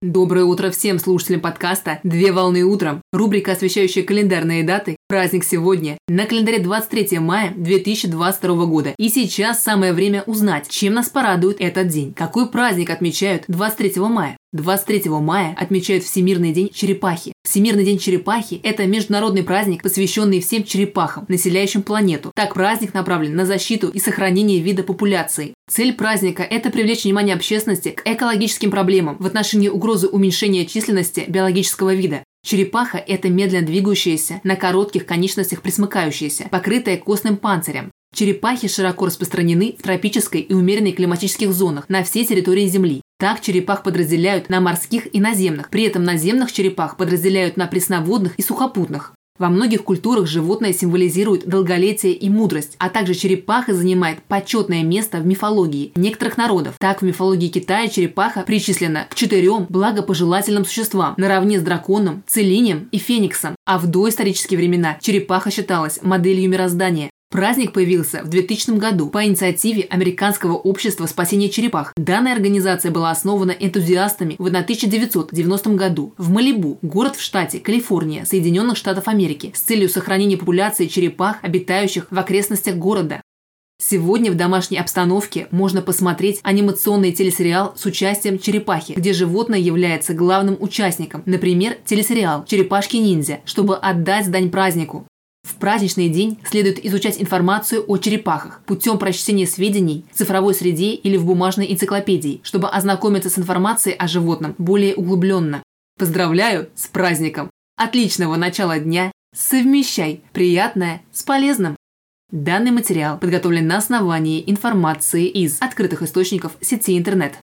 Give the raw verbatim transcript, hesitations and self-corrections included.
Доброе утро всем слушателям подкаста «Две волны утром». Рубрика, освещающая календарные даты. Праздник сегодня. На календаре двадцать третье мая две тысячи двадцать второго года. И сейчас самое время узнать, чем нас порадует этот день. Какой праздник отмечают двадцать третьего мая? двадцать третьего мая отмечают Всемирный день черепахи. Всемирный день черепахи – это международный праздник, посвященный всем черепахам, населяющим планету. Так праздник направлен на защиту и сохранение вида популяции. Цель праздника – это привлечь внимание общественности к экологическим проблемам в отношении угрозы уменьшения численности биологического вида. Черепаха – это медленно двигающаяся, на коротких конечностях пресмыкающаяся, покрытая костным панцирем. Черепахи широко распространены в тропической и умеренной климатических зонах на всей территории Земли. Так черепах подразделяют на морских и наземных, при этом наземных черепах подразделяют на пресноводных и сухопутных. Во многих культурах животное символизирует долголетие и мудрость, а также черепаха занимает почетное место в мифологии некоторых народов. Так в мифологии Китая черепаха причислена к четырем благопожелательным существам, наравне с драконом, целинем и фениксом, а в доисторические времена черепаха считалась моделью мироздания. Праздник появился в двухтысячном году по инициативе Американского общества спасения черепах. Данная организация была основана энтузиастами в тысяча девятьсот девяностом году в Малибу, город в штате Калифорния, Соединенных Штатов Америки, с целью сохранения популяции черепах, обитающих в окрестностях города. Сегодня в домашней обстановке можно посмотреть анимационный телесериал с участием черепахи, где животное является главным участником, например, телесериал «Черепашки-ниндзя», чтобы отдать дань празднику. В праздничный день следует изучать информацию о черепахах путем прочтения сведений в цифровой среде или в бумажной энциклопедии, чтобы ознакомиться с информацией о животном более углубленно. Поздравляю с праздником! Отличного начала дня! Совмещай приятное с полезным! Данный материал подготовлен на основании информации из открытых источников сети интернет.